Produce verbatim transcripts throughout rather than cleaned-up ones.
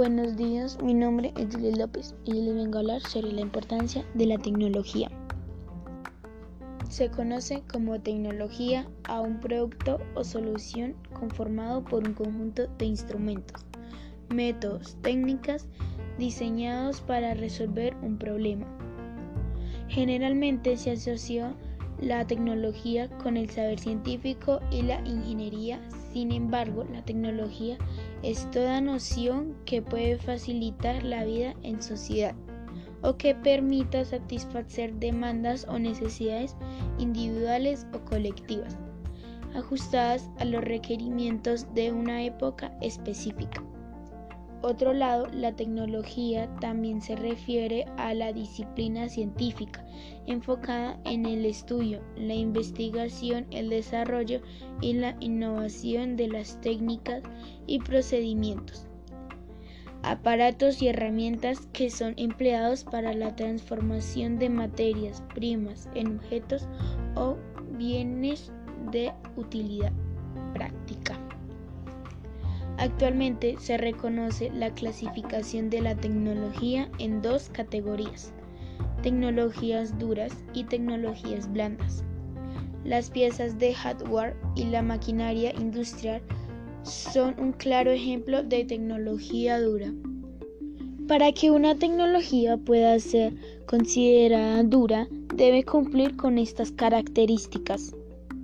Buenos días, mi nombre es Juliet López y les vengo a hablar sobre la importancia de la tecnología. Se conoce como tecnología a un producto o solución conformado por un conjunto de instrumentos, métodos, técnicas diseñados para resolver un problema. Generalmente se asocia la tecnología con el saber científico y la ingeniería. Sin embargo, la tecnología es toda noción que puede facilitar la vida en sociedad o que permita satisfacer demandas o necesidades individuales o colectivas, ajustadas a los requerimientos de una época específica. Otro lado, la tecnología también se refiere a la disciplina científica, enfocada en el estudio, la investigación, el desarrollo y la innovación de las técnicas y procedimientos, aparatos y herramientas que son empleados para la transformación de materias primas en objetos o bienes de utilidad práctica. Actualmente se reconoce la clasificación de la tecnología en dos categorías: tecnologías duras y tecnologías blandas. Las piezas de hardware y la maquinaria industrial son un claro ejemplo de tecnología dura. Para que una tecnología pueda ser considerada dura, debe cumplir con estas características.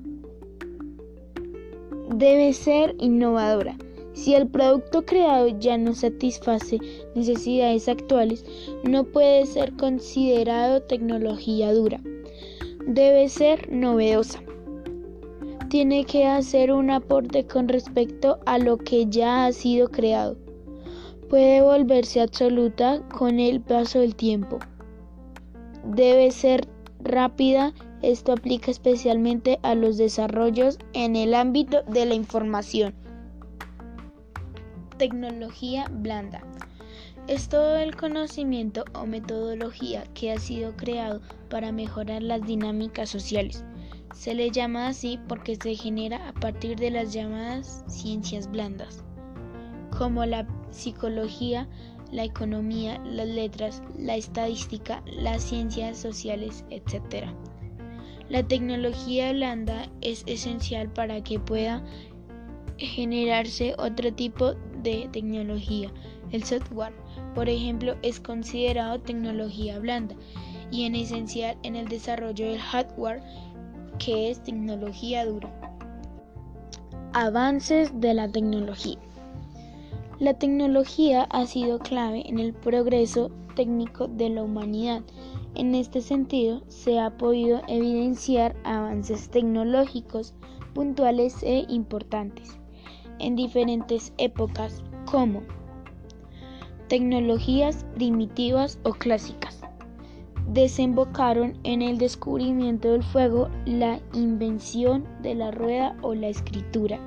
Debe ser innovadora. Si el producto creado ya no satisface necesidades actuales, no puede ser considerado tecnología dura. Debe ser novedosa. Tiene que hacer un aporte con respecto a lo que ya ha sido creado. Puede volverse absoluta con el paso del tiempo. Debe ser rápida. Esto aplica especialmente a los desarrollos en el ámbito de la información. Tecnología blanda. Es todo el conocimiento o metodología que ha sido creado para mejorar las dinámicas sociales. Se le llama así porque se genera a partir de las llamadas ciencias blandas, como la psicología, la economía, las letras, la estadística, las ciencias sociales, etcétera. La tecnología blanda es esencial para que pueda generarse otro tipo de tecnología. El software, por ejemplo, es considerado tecnología blanda y en esencial en el desarrollo del hardware, que es tecnología dura. Avances de la tecnología. La tecnología ha sido clave en el progreso técnico de la humanidad. En este sentido, se ha podido evidenciar avances tecnológicos puntuales e importantes en diferentes épocas, como tecnologías primitivas o clásicas. Desembocaron en el descubrimiento del fuego, la invención de la rueda o la escritura.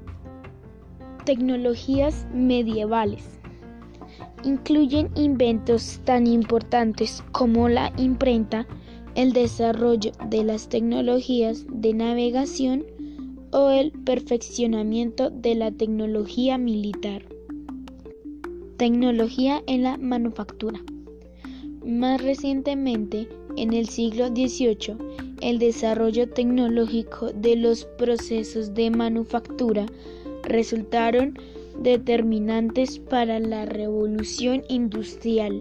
Tecnologías medievales. Incluyen inventos tan importantes como la imprenta, el desarrollo de las tecnologías de navegación o el perfeccionamiento de la tecnología militar. Tecnología en la manufactura. Más recientemente, en el siglo dieciocho, el desarrollo tecnológico de los procesos de manufactura resultaron determinantes para la revolución industrial.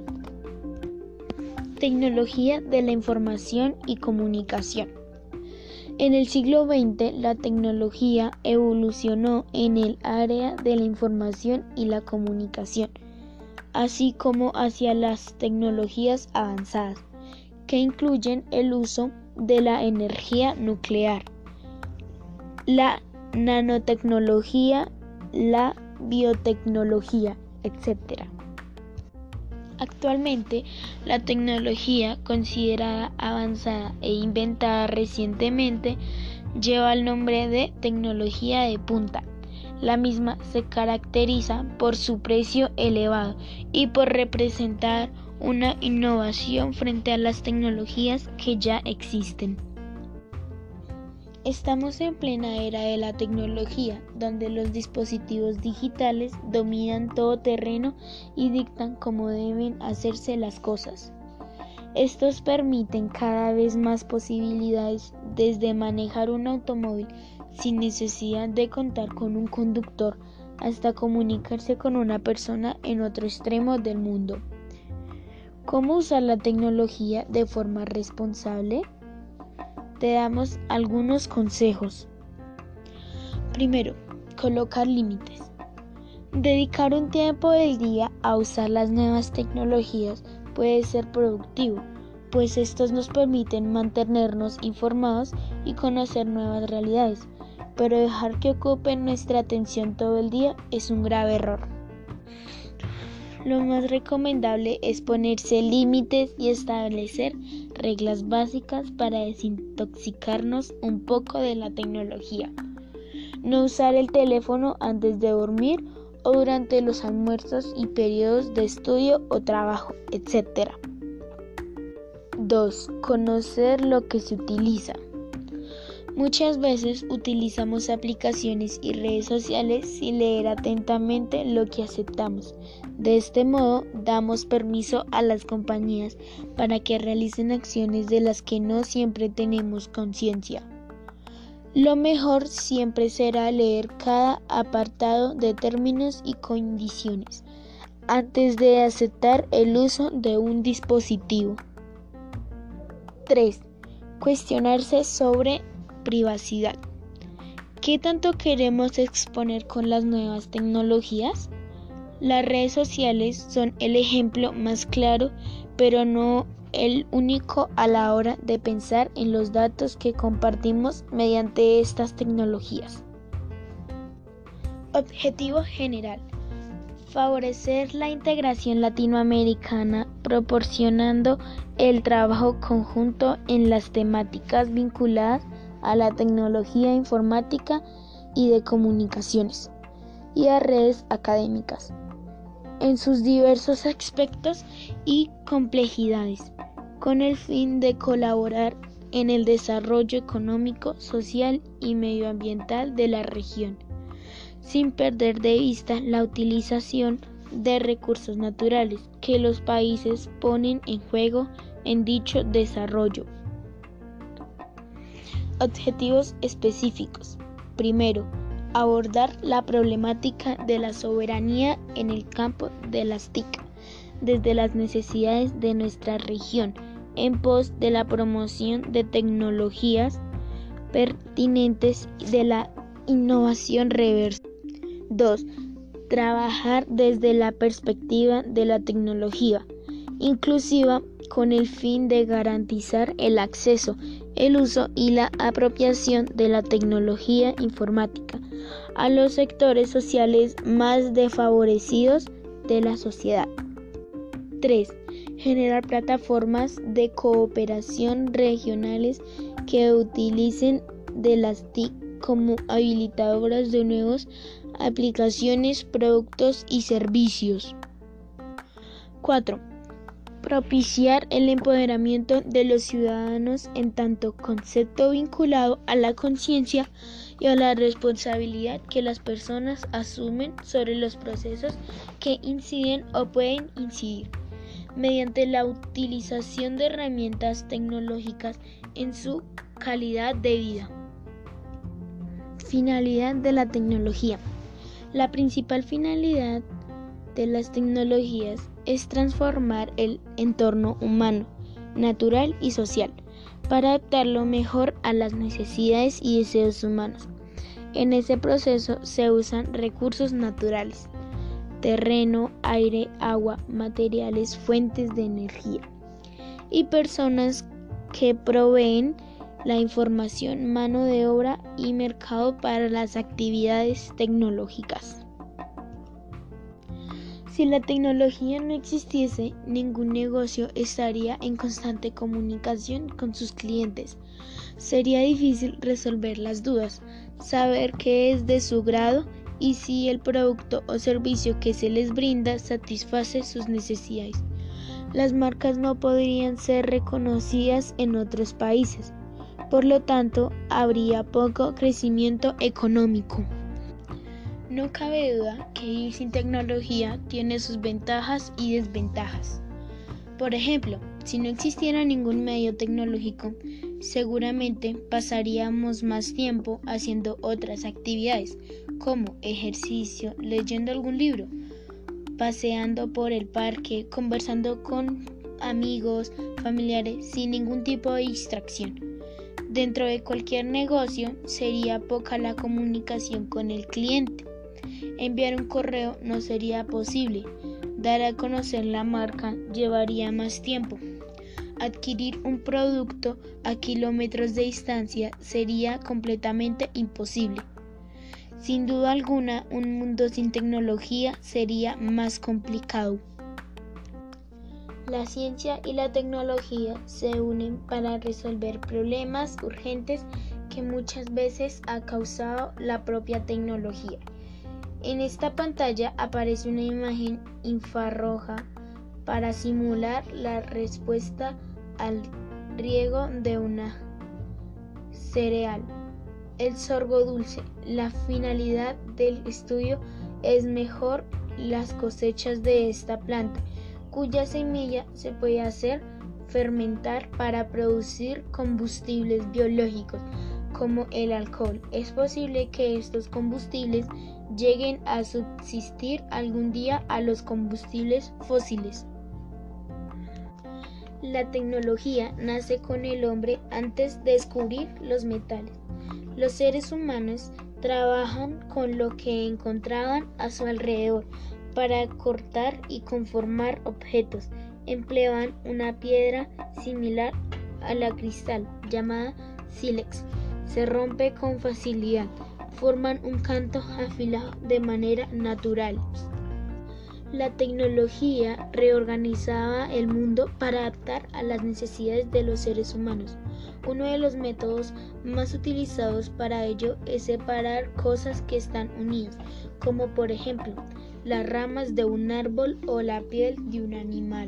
Tecnología de la información y comunicación. En el siglo veinte, la tecnología evolucionó en el área de la información y la comunicación, así como hacia las tecnologías avanzadas, que incluyen el uso de la energía nuclear, la nanotecnología, la biotecnología, etcétera. Actualmente, la tecnología considerada avanzada e inventada recientemente lleva el nombre de tecnología de punta. La misma se caracteriza por su precio elevado y por representar una innovación frente a las tecnologías que ya existen. Estamos en plena era de la tecnología, donde los dispositivos digitales dominan todo terreno y dictan cómo deben hacerse las cosas. Estos permiten cada vez más posibilidades, desde manejar un automóvil sin necesidad de contar con un conductor, hasta comunicarse con una persona en otro extremo del mundo. ¿Cómo usar la tecnología de forma responsable? Te damos algunos consejos. Primero, colocar límites. Dedicar un tiempo del día a usar las nuevas tecnologías puede ser productivo, pues estos nos permiten mantenernos informados y conocer nuevas realidades, pero dejar que ocupen nuestra atención todo el día es un grave error. Lo más recomendable es ponerse límites y establecer reglas básicas para desintoxicarnos un poco de la tecnología. No usar el teléfono antes de dormir o durante los almuerzos y periodos de estudio o trabajo, etcétera. dos. Conocer lo que se utiliza. Muchas veces utilizamos aplicaciones y redes sociales sin leer atentamente lo que aceptamos. De este modo, damos permiso a las compañías para que realicen acciones de las que no siempre tenemos conciencia. Lo mejor siempre será leer cada apartado de términos y condiciones antes de aceptar el uso de un dispositivo. tres. Cuestionarse sobre privacidad. ¿Qué tanto queremos exponer con las nuevas tecnologías? Las redes sociales son el ejemplo más claro, pero no el único a la hora de pensar en los datos que compartimos mediante estas tecnologías. Objetivo general: favorecer la integración latinoamericana, proporcionando el trabajo conjunto en las temáticas vinculadas a la tecnología informática y de comunicaciones y a redes académicas, en sus diversos aspectos y complejidades, con el fin de colaborar en el desarrollo económico, social y medioambiental de la región, sin perder de vista la utilización de recursos naturales que los países ponen en juego en dicho desarrollo. Objetivos específicos. Primero, abordar la problemática de la soberanía en el campo de las T I C, desde las necesidades de nuestra región, en pos de la promoción de tecnologías pertinentes y de la innovación reversa. dos. Trabajar desde la perspectiva de la tecnología inclusiva con el fin de garantizar el acceso, el uso y la apropiación de la tecnología informática a los sectores sociales más desfavorecidos de la sociedad. tres. Generar plataformas de cooperación regionales que utilicen de las T I C como habilitadoras de nuevas aplicaciones, productos y servicios. cuatro. Propiciar el empoderamiento de los ciudadanos en tanto concepto vinculado a la conciencia y a la responsabilidad que las personas asumen sobre los procesos que inciden o pueden incidir, mediante la utilización de herramientas tecnológicas en su calidad de vida. Finalidad de la tecnología. La principal finalidad de las tecnologías es transformar el entorno humano, natural y social, para adaptarlo mejor a las necesidades y deseos humanos. En ese proceso se usan recursos naturales: terreno, aire, agua, materiales, fuentes de energía y personas que proveen la información, mano de obra y mercado para las actividades tecnológicas. Si la tecnología no existiese, ningún negocio estaría en constante comunicación con sus clientes. Sería difícil resolver las dudas, saber qué es de su grado y si el producto o servicio que se les brinda satisface sus necesidades. Las marcas no podrían ser reconocidas en otros países, Por lo tanto, habría poco crecimiento económico. No cabe duda que vivir sin tecnología tiene sus ventajas y desventajas. Por ejemplo, si no existiera ningún medio tecnológico, seguramente pasaríamos más tiempo haciendo otras actividades, como ejercicio, leyendo algún libro, paseando por el parque, conversando con amigos, familiares, sin ningún tipo de distracción. Dentro de cualquier negocio sería poca la comunicación con el cliente. Enviar un correo no sería posible. Dar a conocer la marca llevaría más tiempo. Adquirir un producto a kilómetros de distancia sería completamente imposible. Sin duda alguna, un mundo sin tecnología sería más complicado. La ciencia y la tecnología se unen para resolver problemas urgentes que muchas veces ha causado la propia tecnología. En esta pantalla aparece una imagen infrarroja para simular la respuesta al riego de una cereal, el sorgo dulce. La finalidad del estudio es mejorar las cosechas de esta planta, cuya semilla se puede hacer fermentar para producir combustibles biológicos como el alcohol. Es posible que estos combustibles lleguen a subsistir algún día a los combustibles fósiles. La tecnología nace con el hombre antes de descubrir los metales. Los seres humanos trabajan con lo que encontraban a su alrededor para cortar y conformar objetos. Empleaban una piedra similar a la cristal llamada sílex. Se rompe con facilidad. Forman un canto afilado de manera natural. La tecnología reorganizaba el mundo para adaptar a las necesidades de los seres humanos. Uno de los métodos más utilizados para ello es separar cosas que están unidas, como por ejemplo las ramas de un árbol o la piel de un animal.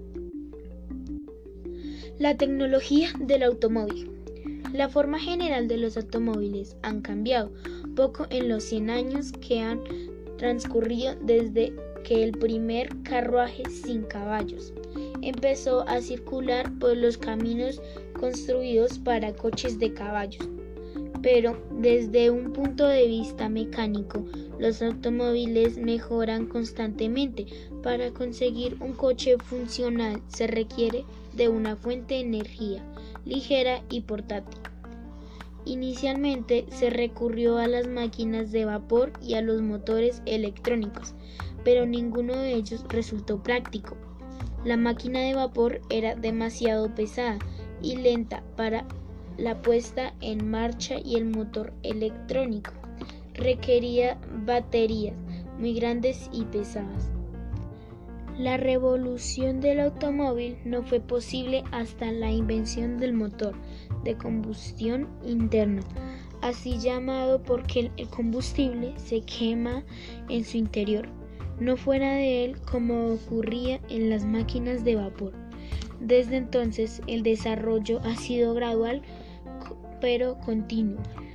La tecnología del automóvil. La forma general de los automóviles han cambiado poco en los cien años que han transcurrido desde que el primer carruaje sin caballos empezó a circular por los caminos construidos para coches de caballos. Pero desde un punto de vista mecánico, los automóviles mejoran constantemente. Para conseguir un coche funcional se requiere de una fuente de energía ligera y portátil. Inicialmente se recurrió a las máquinas de vapor y a los motores electrónicos, pero ninguno de ellos resultó práctico. La máquina de vapor era demasiado pesada y lenta para la puesta en marcha y el motor electrónico requería baterías muy grandes y pesadas. La revolución del automóvil no fue posible hasta la invención del motor de combustión interna, así llamado porque el combustible se quema en su interior, no fuera de él como ocurría en las máquinas de vapor. Desde entonces el desarrollo ha sido gradual pero continuo.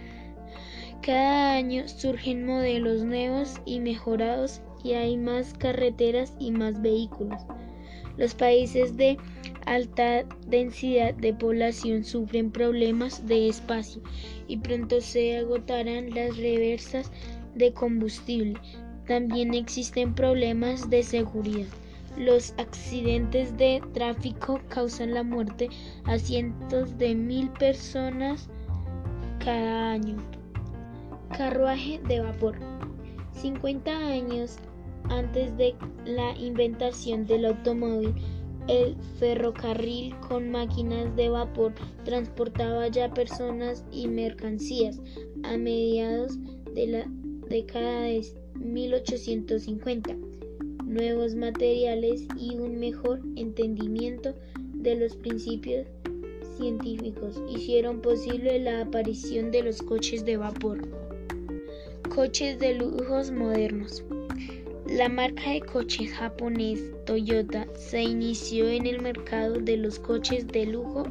Cada año surgen modelos nuevos y mejorados y hay más carreteras y más vehículos. Los países de alta densidad de población sufren problemas de espacio y pronto se agotarán las reservas de combustible. También existen problemas de seguridad. Los accidentes de tráfico causan la muerte a cientos de mil personas cada año. Carruaje de vapor. cincuenta años antes de la inventación del automóvil, el ferrocarril con máquinas de vapor transportaba ya personas y mercancías. A mediados de la década de mil ochocientos cincuenta, nuevos materiales y un mejor entendimiento de los principios científicos hicieron posible la aparición de los coches de vapor. Coches de lujos modernos. La marca de coches japonés Toyota se inició en el mercado de los coches de lujo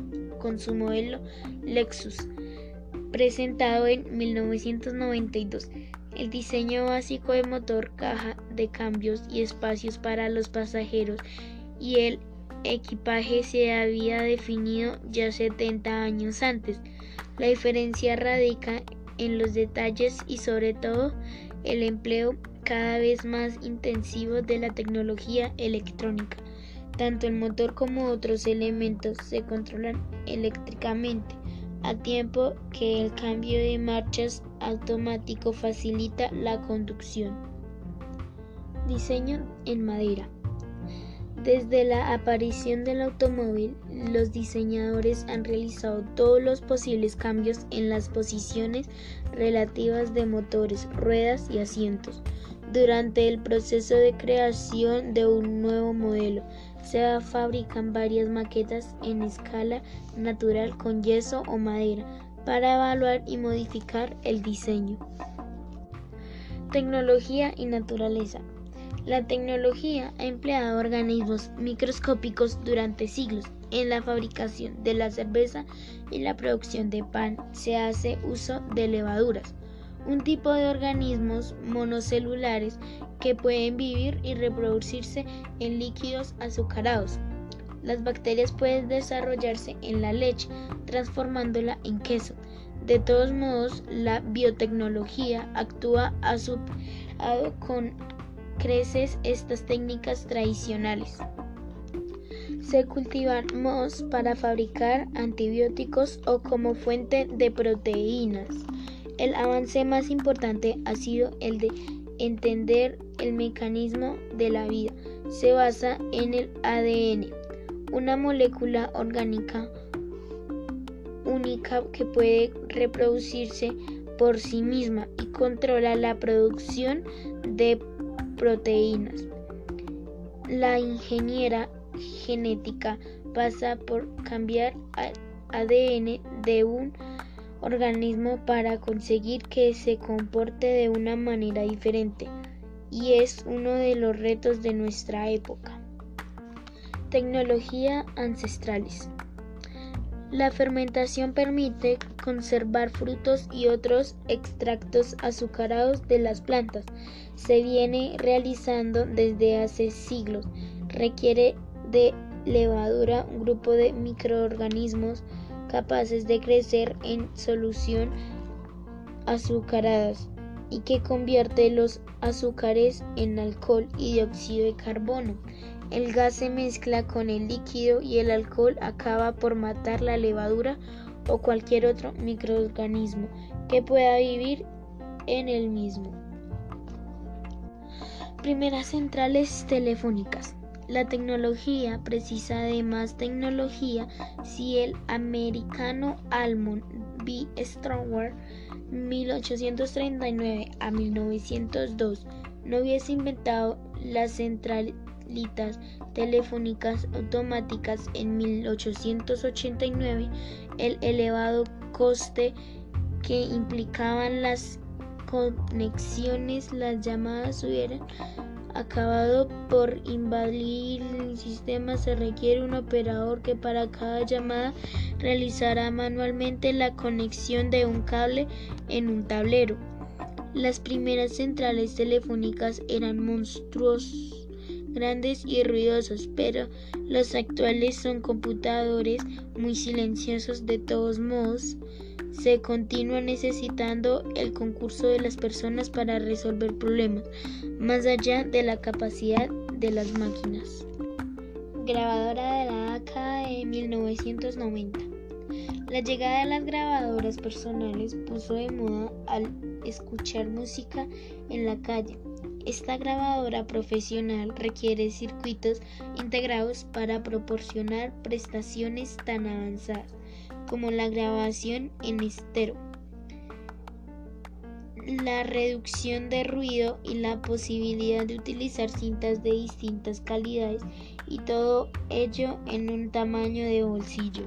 con su modelo Lexus, presentado en mil novecientos noventa y dos. El diseño básico de motor, caja de cambios y espacios para los pasajeros y el equipaje se había definido ya setenta años antes. La diferencia radica en los detalles y sobre todo el empleo cada vez más intensivo de la tecnología electrónica. Tanto el motor como otros elementos se controlan eléctricamente, a tiempo que el cambio de marchas automático facilita la conducción. Diseño en madera. Desde la aparición del automóvil, los diseñadores han realizado todos los posibles cambios en las posiciones relativas de motores, ruedas y asientos. Durante el proceso de creación de un nuevo modelo, se fabrican varias maquetas en escala natural con yeso o madera para evaluar y modificar el diseño. Tecnología y naturaleza. La tecnología ha empleado organismos microscópicos durante siglos. En la fabricación de la cerveza y la producción de pan se hace uso de levaduras, un tipo de organismos monocelulares que pueden vivir y reproducirse en líquidos azucarados. Las bacterias pueden desarrollarse en la leche, transformándola en queso. De todos modos, la biotecnología actúa asociado con creces estas técnicas tradicionales. Se cultivan mohos para fabricar antibióticos o como fuente de proteínas. El avance más importante ha sido el de entender el mecanismo de la vida. Se basa en el A D N, una molécula orgánica única que puede reproducirse por sí misma y controla la producción de proteínas. La ingeniería genética pasa por cambiar el A D N de un organismo para conseguir que se comporte de una manera diferente, y es uno de los retos de nuestra época. Tecnología ancestrales. La fermentación permite conservar frutos y otros extractos azucarados de las plantas. Se viene realizando desde hace siglos. Requiere de levadura, un grupo de microorganismos capaces de crecer en solución azucaradas y que convierte los azúcares en alcohol y dióxido de carbono. El gas se mezcla con el líquido y el alcohol acaba por matar la levadura o cualquier otro microorganismo que pueda vivir en el mismo. Primeras centrales telefónicas. La tecnología precisa de más tecnología. Si el americano Almond B. Stronwer mil ochocientos treinta y nueve a mil novecientos dos no hubiese inventado las centralitas telefónicas automáticas en mil ochocientos ochenta y nueve, el elevado coste que implicaban las conexiones, las llamadas hubieran acabado por invadir el sistema. Se requiere un operador que para cada llamada realizará manualmente la conexión de un cable en un tablero. Las primeras centrales telefónicas eran monstruosas, grandes y ruidosos, pero los actuales son computadores muy silenciosos. De todos modos, se continúa necesitando el concurso de las personas para resolver problemas, más allá de la capacidad de las máquinas. Grabadora de la década de mil novecientos noventa. La llegada de las grabadoras personales puso de moda al escuchar música en la calle. Esta grabadora profesional requiere circuitos integrados para proporcionar prestaciones tan avanzadas como la grabación en estéreo, la reducción de ruido y la posibilidad de utilizar cintas de distintas calidades, y todo ello en un tamaño de bolsillo.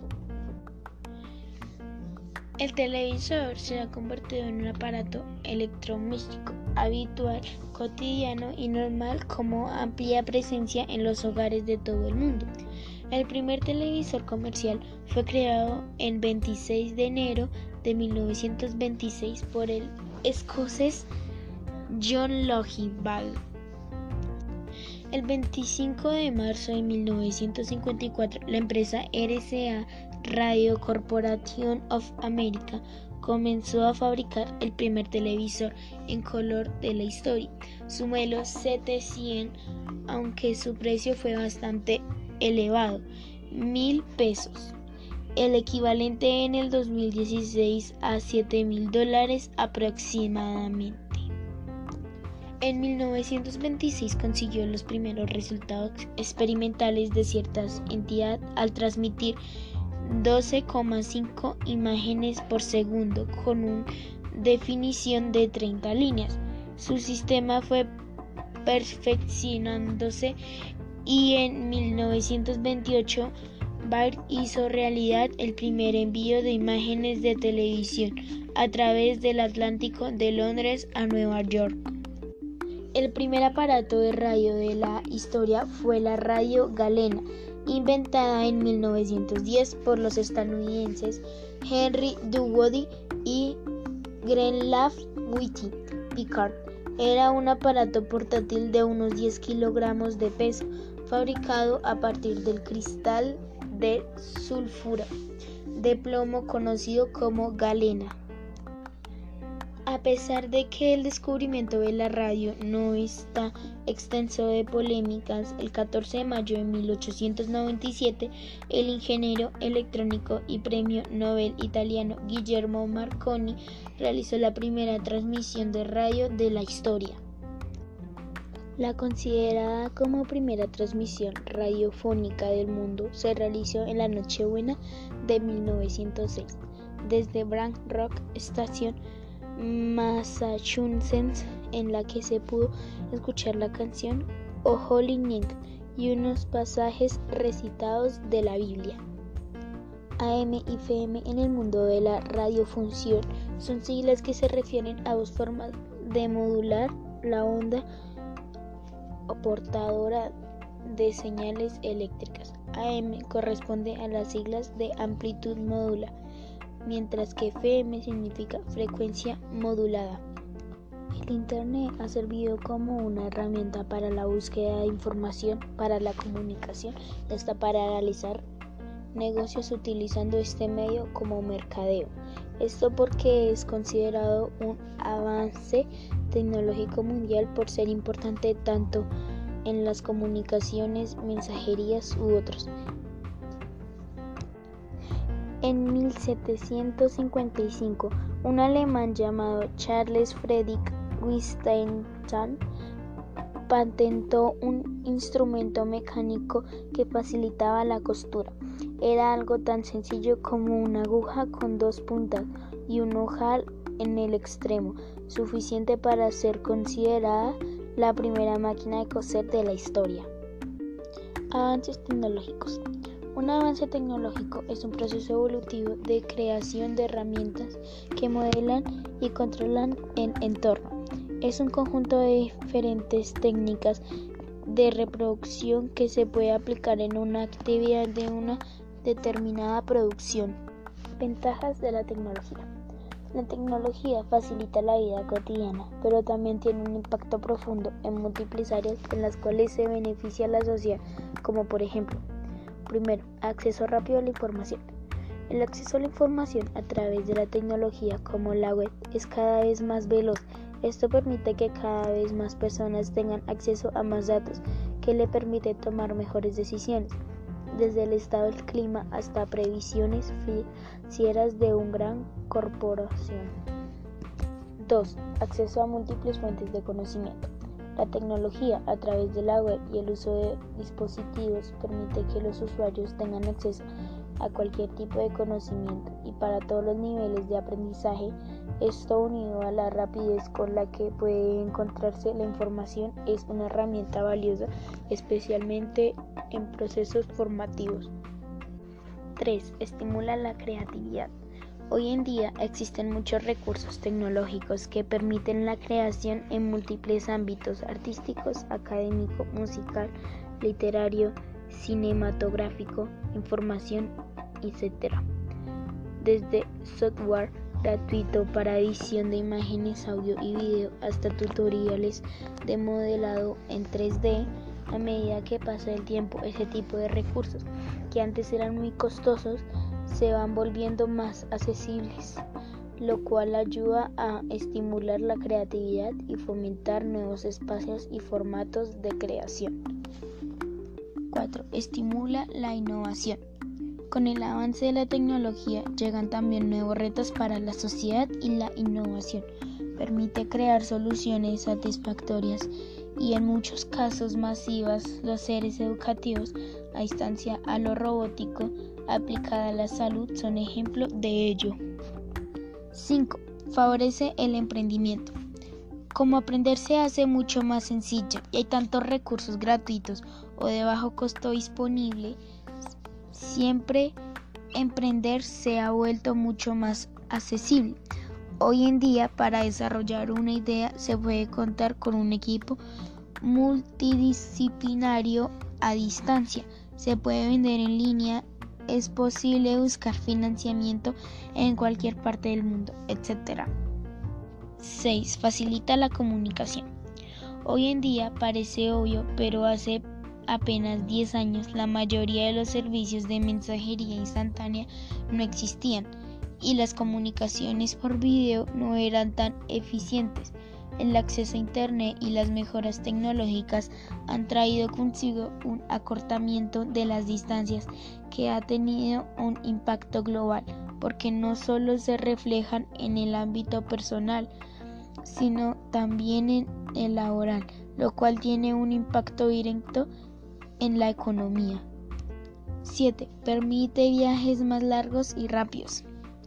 El televisor se ha convertido en un aparato electrodoméstico habitual, cotidiano y normal, como amplia presencia en los hogares de todo el mundo. El primer televisor comercial fue creado el veintiséis de enero de mil novecientos veintiséis por el escocés John Logie Baird. El veinticinco de marzo de mil novecientos cincuenta y cuatro, la empresa R C A Radio Corporation of America comenzó a fabricar el primer televisor en color de la historia, su modelo Z cien, aunque su precio fue bastante elevado, mil pesos, el equivalente en el dos mil dieciséis a siete mil dólares aproximadamente. En mil novecientos veintiséis consiguió los primeros resultados experimentales de cierta entidad al transmitir doce coma cinco imágenes por segundo con una definición de treinta líneas. Su sistema fue perfeccionándose y en mil novecientos veintiocho Baird hizo realidad el primer envío de imágenes de televisión a través del Atlántico de Londres a Nueva York. El primer aparato de radio de la historia fue la radio galena, inventada en mil novecientos diez por los estadounidenses Henry Dunwoody y Grenlaw Whitty Pickard. Era un aparato portátil de unos diez kilogramos de peso, fabricado a partir del cristal de sulfuro de plomo conocido como galena. A pesar de que el descubrimiento de la radio no está exento de polémicas, el catorce de mayo de mil ochocientos noventa y siete, el ingeniero electrónico y premio Nobel italiano Guillermo Marconi realizó la primera transmisión de radio de la historia. La considerada como primera transmisión radiofónica del mundo se realizó en la Nochebuena de mil novecientos seis, desde Bran Rock Station, Massachusetts, en la que se pudo escuchar la canción O Holy Night y unos pasajes recitados de la Biblia. A M y F M en el mundo de la radiofunción son siglas que se refieren a dos formas de modular la onda o portadora de señales eléctricas. A M corresponde a las siglas de amplitud modulada, mientras que F M significa frecuencia modulada. El Internet ha servido como una herramienta para la búsqueda de información, para la comunicación y hasta para realizar negocios utilizando este medio como mercadeo. Esto porque es considerado un avance tecnológico mundial por ser importante tanto en las comunicaciones, mensajerías u otros. En mil setecientos cincuenta y cinco, un alemán llamado Charles Friedrich Wiesenthal patentó un instrumento mecánico que facilitaba la costura. Era algo tan sencillo como una aguja con dos puntas y un ojal en el extremo, suficiente para ser considerada la primera máquina de coser de la historia. Avances tecnológicos. Un avance tecnológico es un proceso evolutivo de creación de herramientas que modelan y controlan el entorno. Es un conjunto de diferentes técnicas de reproducción que se puede aplicar en una actividad de una determinada producción. Ventajas de la tecnología. La tecnología facilita la vida cotidiana, pero también tiene un impacto profundo en múltiples áreas en las cuales se beneficia a la sociedad, como por ejemplo: primero, acceso rápido a la información. El acceso a la información a través de la tecnología como la web es cada vez más veloz. Esto permite que cada vez más personas tengan acceso a más datos que le permite tomar mejores decisiones, desde el estado del clima hasta previsiones financieras de una gran corporación. dos. Acceso a múltiples fuentes de conocimiento. La tecnología a través de la web y el uso de dispositivos permite que los usuarios tengan acceso a cualquier tipo de conocimiento y para todos los niveles de aprendizaje. Esto, unido a la rapidez con la que puede encontrarse la información, es una herramienta valiosa, especialmente en procesos formativos. tres. Estimula la creatividad. Hoy en día existen muchos recursos tecnológicos que permiten la creación en múltiples ámbitos artísticos, académico, musical, literario, cinematográfico, información, etcétera. Desde software gratuito para edición de imágenes, audio y video hasta tutoriales de modelado en tres D. A medida que pasa el tiempo, ese tipo de recursos, que antes eran muy costosos, se van volviendo más accesibles, lo cual ayuda a estimular la creatividad y fomentar nuevos espacios y formatos de creación. cuatro. Estimula la innovación. Con el avance de la tecnología llegan también nuevos retos para la sociedad y la innovación. Permite crear soluciones satisfactorias y en muchos casos masivas. Los seres educativos a distancia a lo robótico aplicada a la salud son ejemplo de ello. cinco. Favorece el emprendimiento. Como aprender se hace mucho más sencillo y hay tantos recursos gratuitos o de bajo costo disponible, siempre emprender se ha vuelto mucho más accesible. Hoy en día, para desarrollar una idea se puede contar con un equipo multidisciplinario a distancia. Se puede vender en línea, es posible buscar financiamiento en cualquier parte del mundo, etcétera. seis. Facilita la comunicación. Hoy en día parece obvio, pero hace apenas diez años la mayoría de los servicios de mensajería instantánea no existían y las comunicaciones por video no eran tan eficientes. El acceso a Internet y las mejoras tecnológicas han traído consigo un acortamiento de las distancias que ha tenido un impacto global, porque no solo se reflejan en el ámbito personal, sino también en el laboral, lo cual tiene un impacto directo en la economía. siete. Permite viajes más largos y rápidos.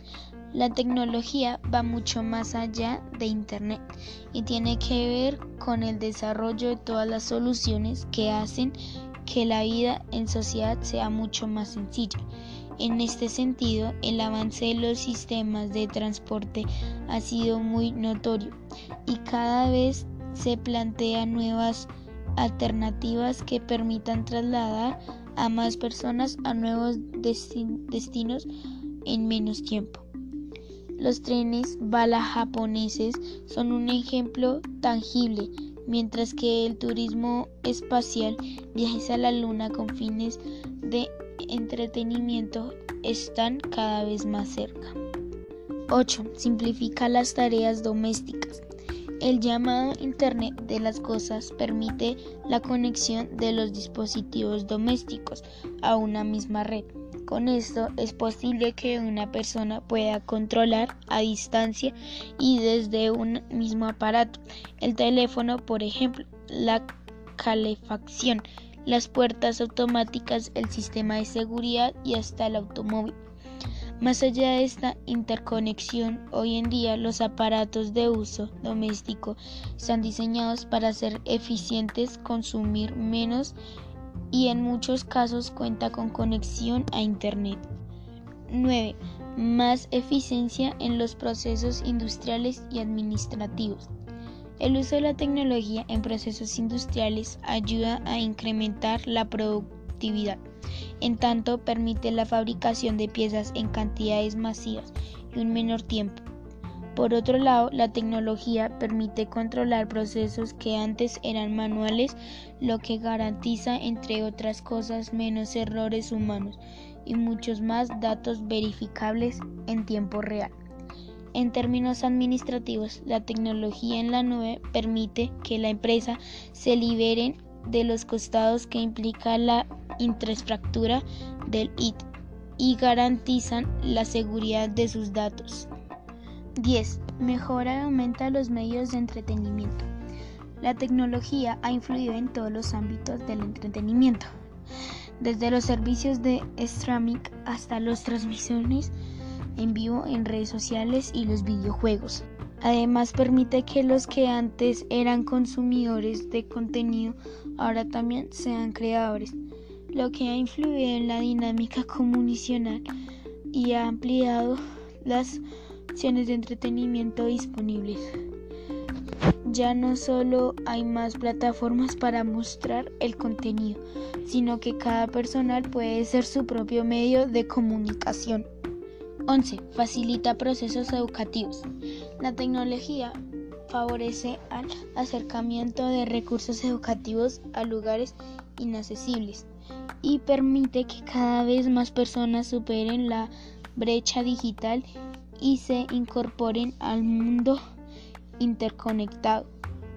La tecnología va mucho más allá de Internet y tiene que ver con el desarrollo de todas las soluciones que hacen que la vida en sociedad sea mucho más sencilla. En este sentido, el avance de los sistemas de transporte ha sido muy notorio y cada vez se plantean nuevas alternativas que permitan trasladar a más personas a nuevos desti- destinos en menos tiempo. Los trenes bala japoneses son un ejemplo tangible, mientras que el turismo espacial, viajes a la luna con fines de entretenimiento, están cada vez más cerca. ocho. Simplifica las tareas domésticas. El llamado Internet de las cosas permite la conexión de los dispositivos domésticos a una misma red. Con esto es posible que una persona pueda controlar a distancia y desde un mismo aparato, el teléfono, por ejemplo, la calefacción, las puertas automáticas, el sistema de seguridad y hasta el automóvil. Más allá de esta interconexión, hoy en día los aparatos de uso doméstico están diseñados para ser eficientes, consumir menos y en muchos casos cuenta con conexión a Internet. nueve. Más eficiencia en los procesos industriales y administrativos. El uso de la tecnología en procesos industriales ayuda a incrementar la productividad. En tanto, permite la fabricación de piezas en cantidades masivas y un menor tiempo. Por otro lado, la tecnología permite controlar procesos que antes eran manuales, lo que garantiza, entre otras cosas, menos errores humanos y muchos más datos verificables en tiempo real. En términos administrativos, la tecnología en la nube permite que la empresa se libere de los costos que implica la infraestructura del I T y garantizan la seguridad de sus datos. diez. Mejora y aumenta los medios de entretenimiento. La tecnología ha influido en todos los ámbitos del entretenimiento, desde los servicios de streaming hasta las transmisiones en vivo en redes sociales y los videojuegos. Además, permite que los que antes eran consumidores de contenido ahora también sean creadores, lo que ha influido en la dinámica comunicacional y ha ampliado las opciones de entretenimiento disponibles. Ya no solo hay más plataformas para mostrar el contenido, sino que cada persona puede ser su propio medio de comunicación. once. Facilita procesos educativos. La tecnología favorece al acercamiento de recursos educativos a lugares inaccesibles y permite que cada vez más personas superen la brecha digital y se incorporen al mundo interconectado.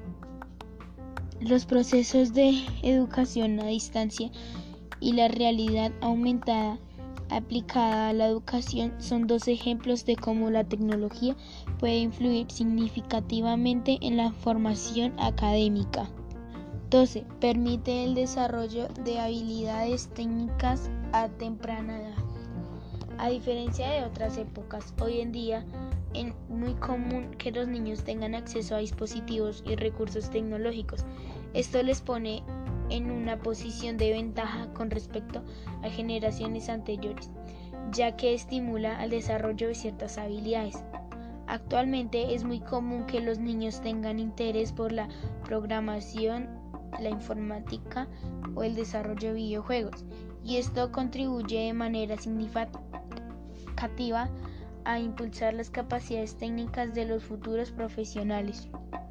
Los procesos de educación a distancia y la realidad aumentada aplicada a la educación son dos ejemplos de cómo la tecnología puede influir significativamente en la formación académica. doce. Permite el desarrollo de habilidades técnicas a temprana edad. A diferencia de otras épocas, hoy en día es muy común que los niños tengan acceso a dispositivos y recursos tecnológicos. Esto les pone en una posición de ventaja con respecto a generaciones anteriores, ya que estimula el desarrollo de ciertas habilidades. Actualmente es muy común que los niños tengan interés por la programación, la informática o el desarrollo de videojuegos, y esto contribuye de manera significativa a impulsar las capacidades técnicas de los futuros profesionales.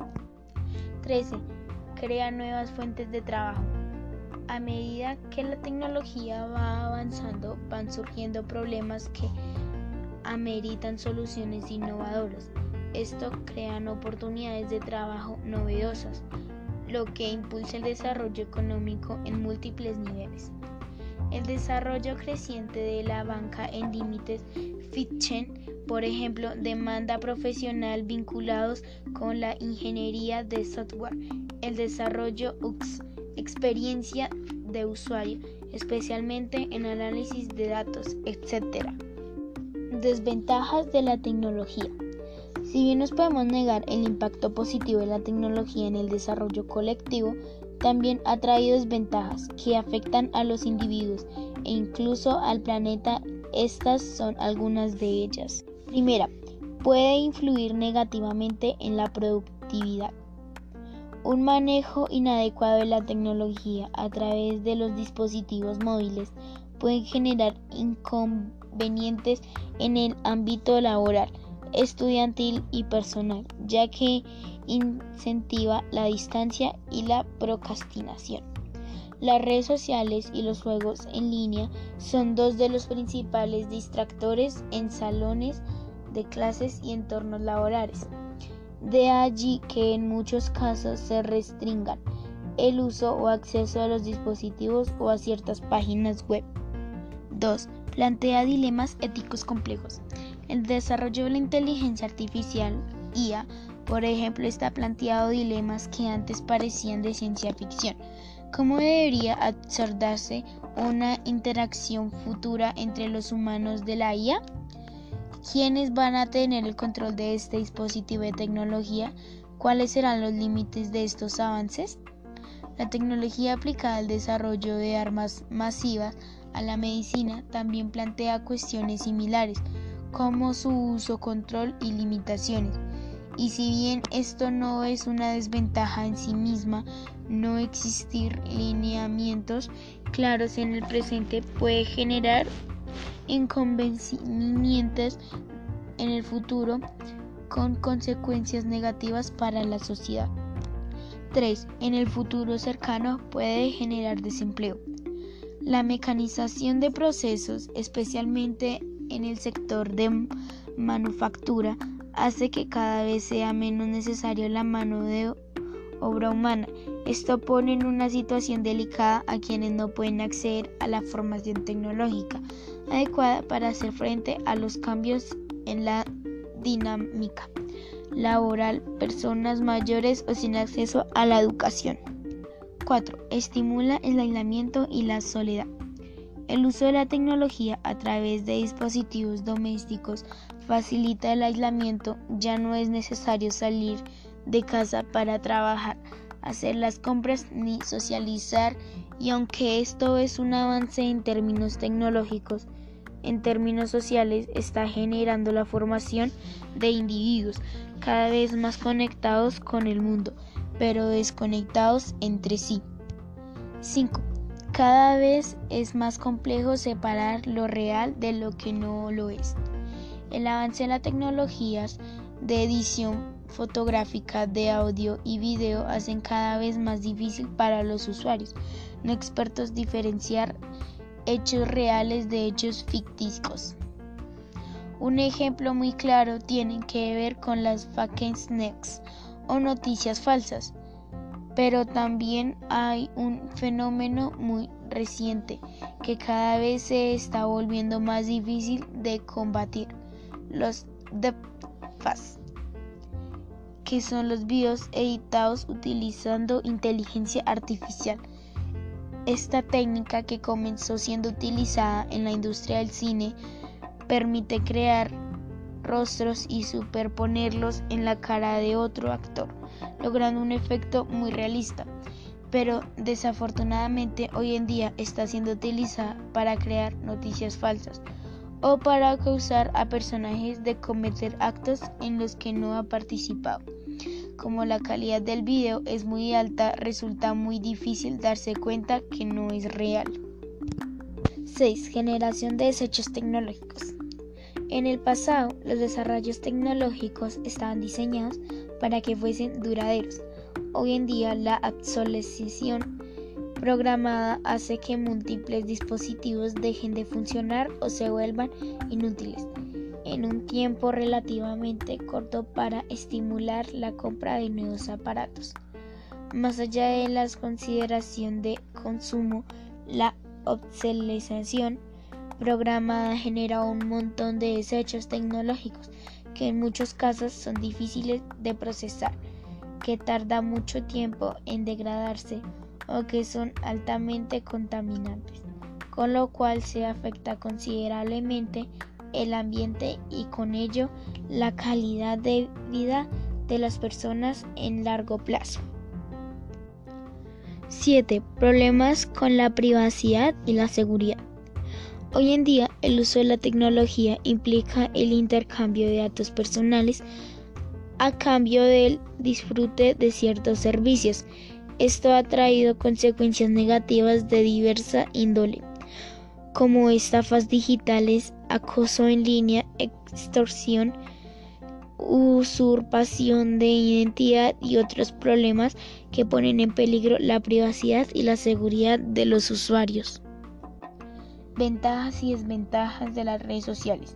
trece. Crea nuevas fuentes de trabajo. A medida que la tecnología va avanzando, van surgiendo problemas que ameritan soluciones innovadoras. Esto crea oportunidades de trabajo novedosas, lo que impulsa el desarrollo económico en múltiples niveles. El desarrollo creciente de la banca en límites Fitchen, por ejemplo, demanda profesional vinculados con la ingeniería de software, el desarrollo U X, experiencia de usuario, especialmente en análisis de datos, etcétera. Desventajas de la tecnología. Si bien nos podemos negar el impacto positivo de la tecnología en el desarrollo colectivo, también ha traído desventajas que afectan a los individuos e incluso al planeta. Estas son algunas de ellas. Primera, puede influir negativamente en la productividad. Un manejo inadecuado de la tecnología a través de los dispositivos móviles puede generar inconvenientes en el ámbito laboral, estudiantil y personal, ya que incentiva la distancia y la procrastinación. Las redes sociales y los juegos en línea son dos de los principales distractores en salones de clases y entornos laborales. De allí que en muchos casos se restringan el uso o acceso a los dispositivos o a ciertas páginas web. dos. Plantea dilemas éticos complejos. El desarrollo de la inteligencia artificial, I A, por ejemplo, está planteado dilemas que antes parecían de ciencia ficción. ¿Cómo debería abordarse una interacción futura entre los humanos de la I A? ¿Quiénes van a tener el control de este dispositivo de tecnología? ¿Cuáles serán los límites de estos avances? La tecnología aplicada al desarrollo de armas masivas a la medicina también plantea cuestiones similares, como su uso, control y limitaciones. Y si bien esto no es una desventaja en sí misma, no existir lineamientos claros en el presente puede generar inconvenientes en el futuro con consecuencias negativas para la sociedad. tres. En el futuro cercano puede generar desempleo. La mecanización de procesos, especialmente en el sector de manufactura, hace que cada vez sea menos necesario la mano de obra humana. Esto pone en una situación delicada a quienes no pueden acceder a la formación tecnológica adecuada para hacer frente a los cambios en la dinámica laboral, personas mayores o sin acceso a la educación. cuatro. Estimula el aislamiento y la soledad. El uso de la tecnología a través de dispositivos domésticos facilita el aislamiento. Ya no es necesario salir de casa para trabajar, hacer las compras ni socializar, y aunque esto es un avance en términos tecnológicos, en términos sociales, está generando la formación de individuos cada vez más conectados con el mundo, pero desconectados entre sí. cinco. Cada vez es más complejo separar lo real de lo que no lo es. El avance en las tecnologías de edición fotográfica, de audio y video hacen cada vez más difícil para los usuarios no expertos diferenciar hechos reales de hechos ficticios. Un ejemplo muy claro tiene que ver con las fake news o noticias falsas, pero también hay un fenómeno muy reciente que cada vez se está volviendo más difícil de combatir: los deepfakes, que son los videos editados utilizando inteligencia artificial. Esta técnica, que comenzó siendo utilizada en la industria del cine, permite crear rostros y superponerlos en la cara de otro actor, logrando un efecto muy realista, pero desafortunadamente hoy en día está siendo utilizada para crear noticias falsas o para acusar a personajes de cometer actos en los que no ha participado. Como la calidad del video es muy alta, resulta muy difícil darse cuenta que no es real. seis. Generación de desechos tecnológicos. En el pasado, los desarrollos tecnológicos estaban diseñados para que fuesen duraderos. Hoy en día, la obsolescencia programada hace que múltiples dispositivos dejen de funcionar o se vuelvan inútiles en un tiempo relativamente corto para estimular la compra de nuevos aparatos. Más allá de la consideración de consumo, la obsolescencia programada genera un montón de desechos tecnológicos que en muchos casos son difíciles de procesar, que tardan mucho tiempo en degradarse o que son altamente contaminantes, con lo cual se afecta considerablemente el ambiente y con ello la calidad de vida de las personas en largo plazo. siete. Problemas con la privacidad y la seguridad. Hoy en día, el uso de la tecnología implica el intercambio de datos personales a cambio del disfrute de ciertos servicios. Esto ha traído consecuencias negativas de diversa índole, como estafas digitales, acoso en línea, extorsión, usurpación de identidad y otros problemas que ponen en peligro la privacidad y la seguridad de los usuarios. Ventajas y desventajas de las redes sociales.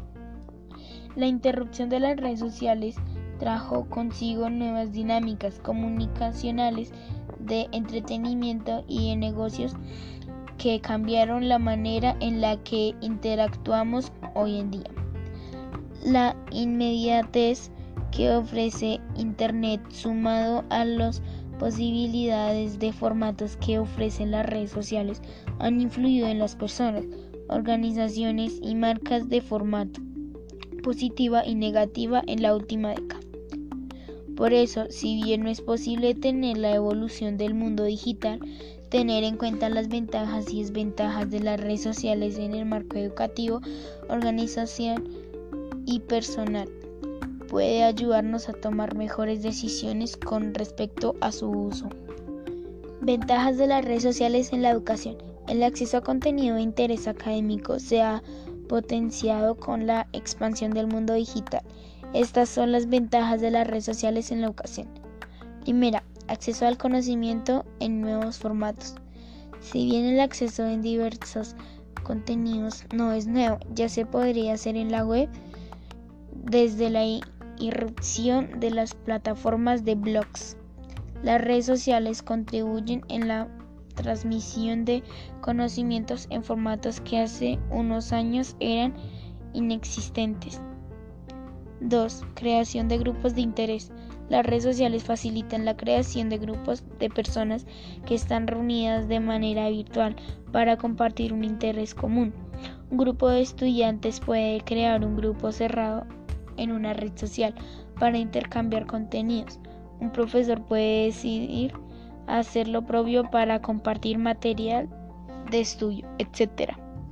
La interrupción de las redes sociales trajo consigo nuevas dinámicas comunicacionales, de entretenimiento y de negocios que cambiaron la manera en la que interactuamos hoy en día. La inmediatez que ofrece Internet, sumado a las posibilidades de formatos que ofrecen las redes sociales, han influido en las personas, organizaciones y marcas de formato positiva y negativa en la última década. Por eso, si bien no es posible tener la evolución del mundo digital, tener en cuenta las ventajas y desventajas de las redes sociales en el marco educativo, organizacional y personal puede ayudarnos a tomar mejores decisiones con respecto a su uso. Ventajas de las redes sociales en la educación. El acceso a contenido de interés académico se ha potenciado con la expansión del mundo digital. Estas son las ventajas de las redes sociales en la educación. Primera, acceso al conocimiento en nuevos formatos. Si bien el acceso en diversos contenidos no es nuevo, ya se podría hacer en la web desde la irrupción de las plataformas de blogs. Las redes sociales contribuyen en la transmisión de conocimientos en formatos que hace unos años eran inexistentes. dos. Creación de grupos de interés. Las redes sociales facilitan la creación de grupos de personas que están reunidas de manera virtual para compartir un interés común. Un grupo de estudiantes puede crear un grupo cerrado en una red social para intercambiar contenidos. Un profesor puede decidir hacer lo propio para compartir material de estudio, etcétera.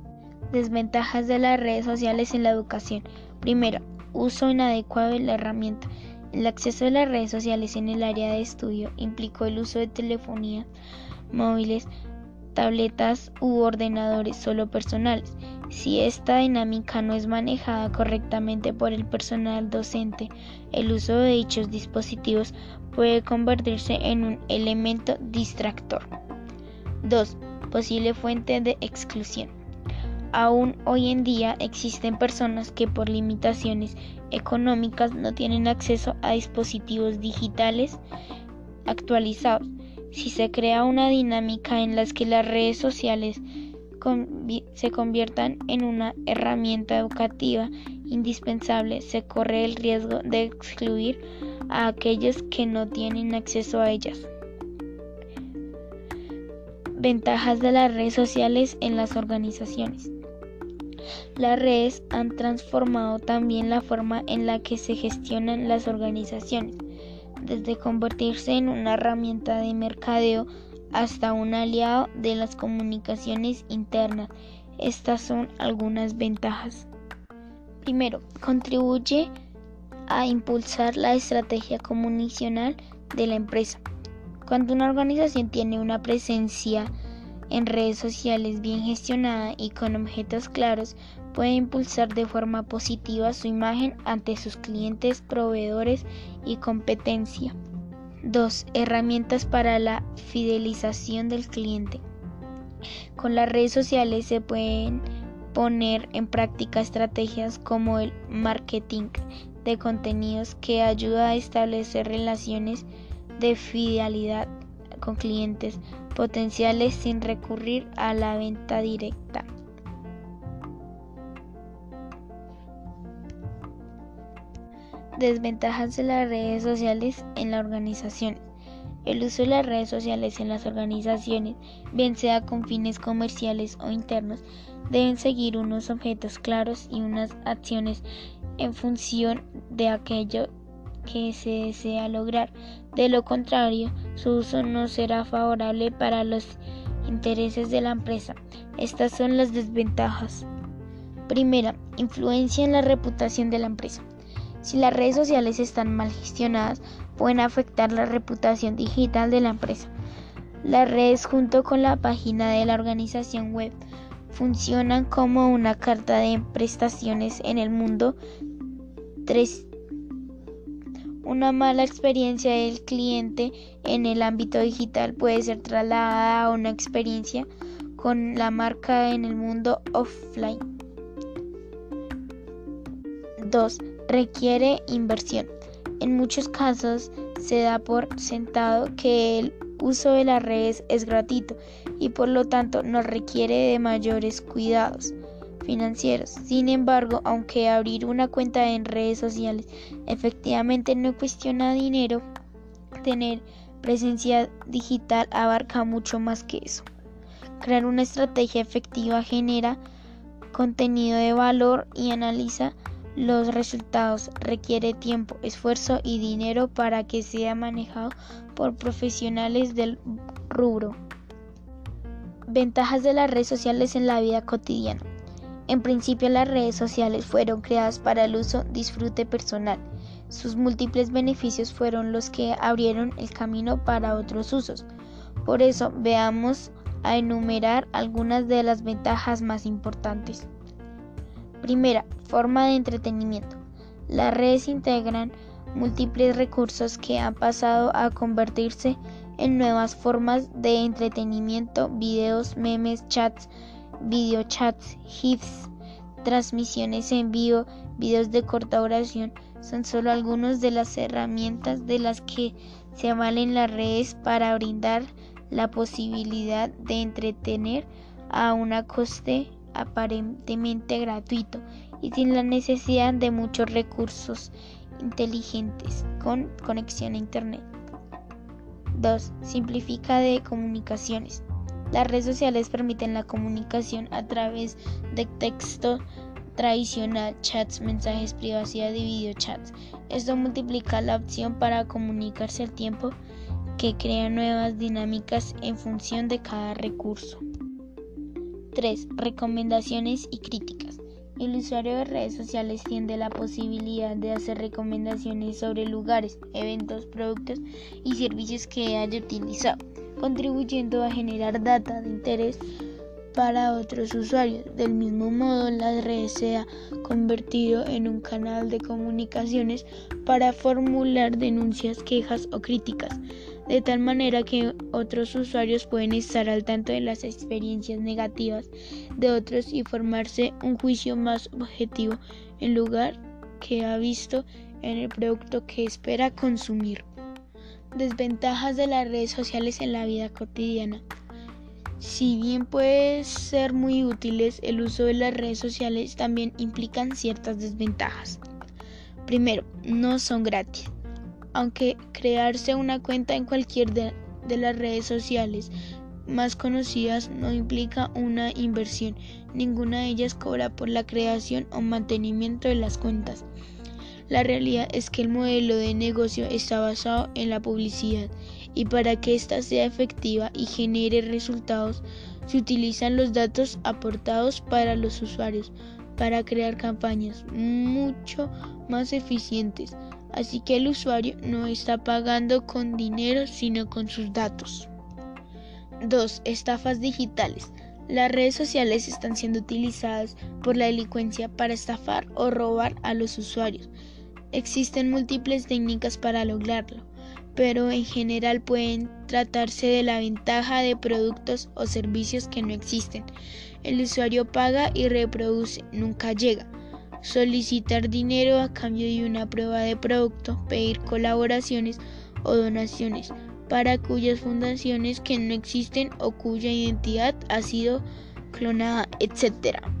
Desventajas de las redes sociales en la educación. Primero, uso inadecuado de la herramienta. El acceso a las redes sociales en el área de estudio implicó el uso de telefonía móviles, tabletas u ordenadores solo personales. Si esta dinámica no es manejada correctamente por el personal docente, el uso de dichos dispositivos puede convertirse en un elemento distractor. dos. Posible fuente de exclusión. Aún hoy en día existen personas que por limitaciones económicas no tienen acceso a dispositivos digitales actualizados. Si se crea una dinámica en la que las redes sociales convi- se conviertan en una herramienta educativa indispensable, se corre el riesgo de excluir a aquellos que no tienen acceso a ellas. Ventajas de las redes sociales en las organizaciones. Las redes han transformado también la forma en la que se gestionan las organizaciones, desde convertirse en una herramienta de mercadeo hasta un aliado de las comunicaciones internas. Estas son algunas ventajas. Primero, contribuye a impulsar la estrategia comunicacional de la empresa. Cuando una organización tiene una presencia en redes sociales bien gestionada y con objetivos claros, puede impulsar de forma positiva su imagen ante sus clientes, proveedores y competencia. dos. Herramientas para la fidelización del cliente. Con las redes sociales se pueden poner en práctica estrategias como el marketing de contenidos que ayuda a establecer relaciones de fidelidad con clientes potenciales sin recurrir a la venta directa. Desventajas de las redes sociales en la organización. El uso de las redes sociales en las organizaciones, bien sea con fines comerciales o internos, deben seguir unos objetivos claros y unas acciones en función de aquello que se desea lograr. De lo contrario, su uso no será favorable para los intereses de la empresa. Estas son las desventajas. Primera, influencia en la reputación de la empresa. Si las redes sociales están mal gestionadas, pueden afectar la reputación digital de la empresa. Las redes, junto con la página de la organización web, funcionan como una carta de prestaciones en el mundo. tres. Una mala experiencia del cliente en el ámbito digital puede ser trasladada a una experiencia con la marca en el mundo offline. dos. Requiere inversión. En muchos casos se da por sentado que el uso de las redes es gratuito y por lo tanto no requiere de mayores cuidados financieros. Sin embargo, aunque abrir una cuenta en redes sociales efectivamente no cuestiona dinero, tener presencia digital abarca mucho más que eso. Crear una estrategia efectiva genera contenido de valor y analiza los resultados. Requiere tiempo, esfuerzo y dinero para que sea manejado por profesionales del rubro. Ventajas de las redes sociales en la vida cotidiana. En principio, las redes sociales fueron creadas para el uso disfrute personal. Sus múltiples beneficios fueron los que abrieron el camino para otros usos. Por eso, veamos a enumerar algunas de las ventajas más importantes. Primera, forma de entretenimiento. Las redes integran múltiples recursos que han pasado a convertirse en nuevas formas de entretenimiento: videos, memes, chats, videochats, GIFs, transmisiones en vivo, videos de corta duración. Son solo algunas de las herramientas de las que se valen las redes para brindar la posibilidad de entretener a un coste aparentemente gratuito y sin la necesidad de muchos recursos inteligentes con conexión a internet. dos. Simplifica de comunicaciones. Las redes sociales permiten la comunicación a través de texto tradicional, chats, mensajes, privacidad y videochats. Esto multiplica la opción para comunicarse al tiempo, que crea nuevas dinámicas en función de cada recurso. tres. Recomendaciones y críticas. El usuario de redes sociales tiene la posibilidad de hacer recomendaciones sobre lugares, eventos, productos y servicios que haya utilizado, contribuyendo a generar data de interés para otros usuarios. Del mismo modo, las redes se han convertido en un canal de comunicaciones para formular denuncias, quejas o críticas, de tal manera que otros usuarios pueden estar al tanto de las experiencias negativas de otros y formarse un juicio más objetivo en lugar que ha visto en el producto que espera consumir. Desventajas de las redes sociales en la vida cotidiana. Si bien pueden ser muy útiles, el uso de las redes sociales también implican ciertas desventajas. Primero, no son gratis. Aunque crearse una cuenta en cualquier de, de las redes sociales más conocidas no implica una inversión, ninguna de ellas cobra por la creación o mantenimiento de las cuentas. La realidad es que el modelo de negocio está basado en la publicidad y para que ésta sea efectiva y genere resultados, se utilizan los datos aportados para los usuarios para crear campañas mucho más eficientes. Así que el usuario no está pagando con dinero, sino con sus datos. dos. Estafas digitales. Las redes sociales están siendo utilizadas por la delincuencia para estafar o robar a los usuarios. Existen múltiples técnicas para lograrlo, pero en general pueden tratarse de la venta de productos o servicios que no existen. El usuario paga y reproduce, nunca llega. Solicitar dinero a cambio de una prueba de producto, pedir colaboraciones o donaciones para cuyas fundaciones que no existen o cuya identidad ha sido clonada, etcétera.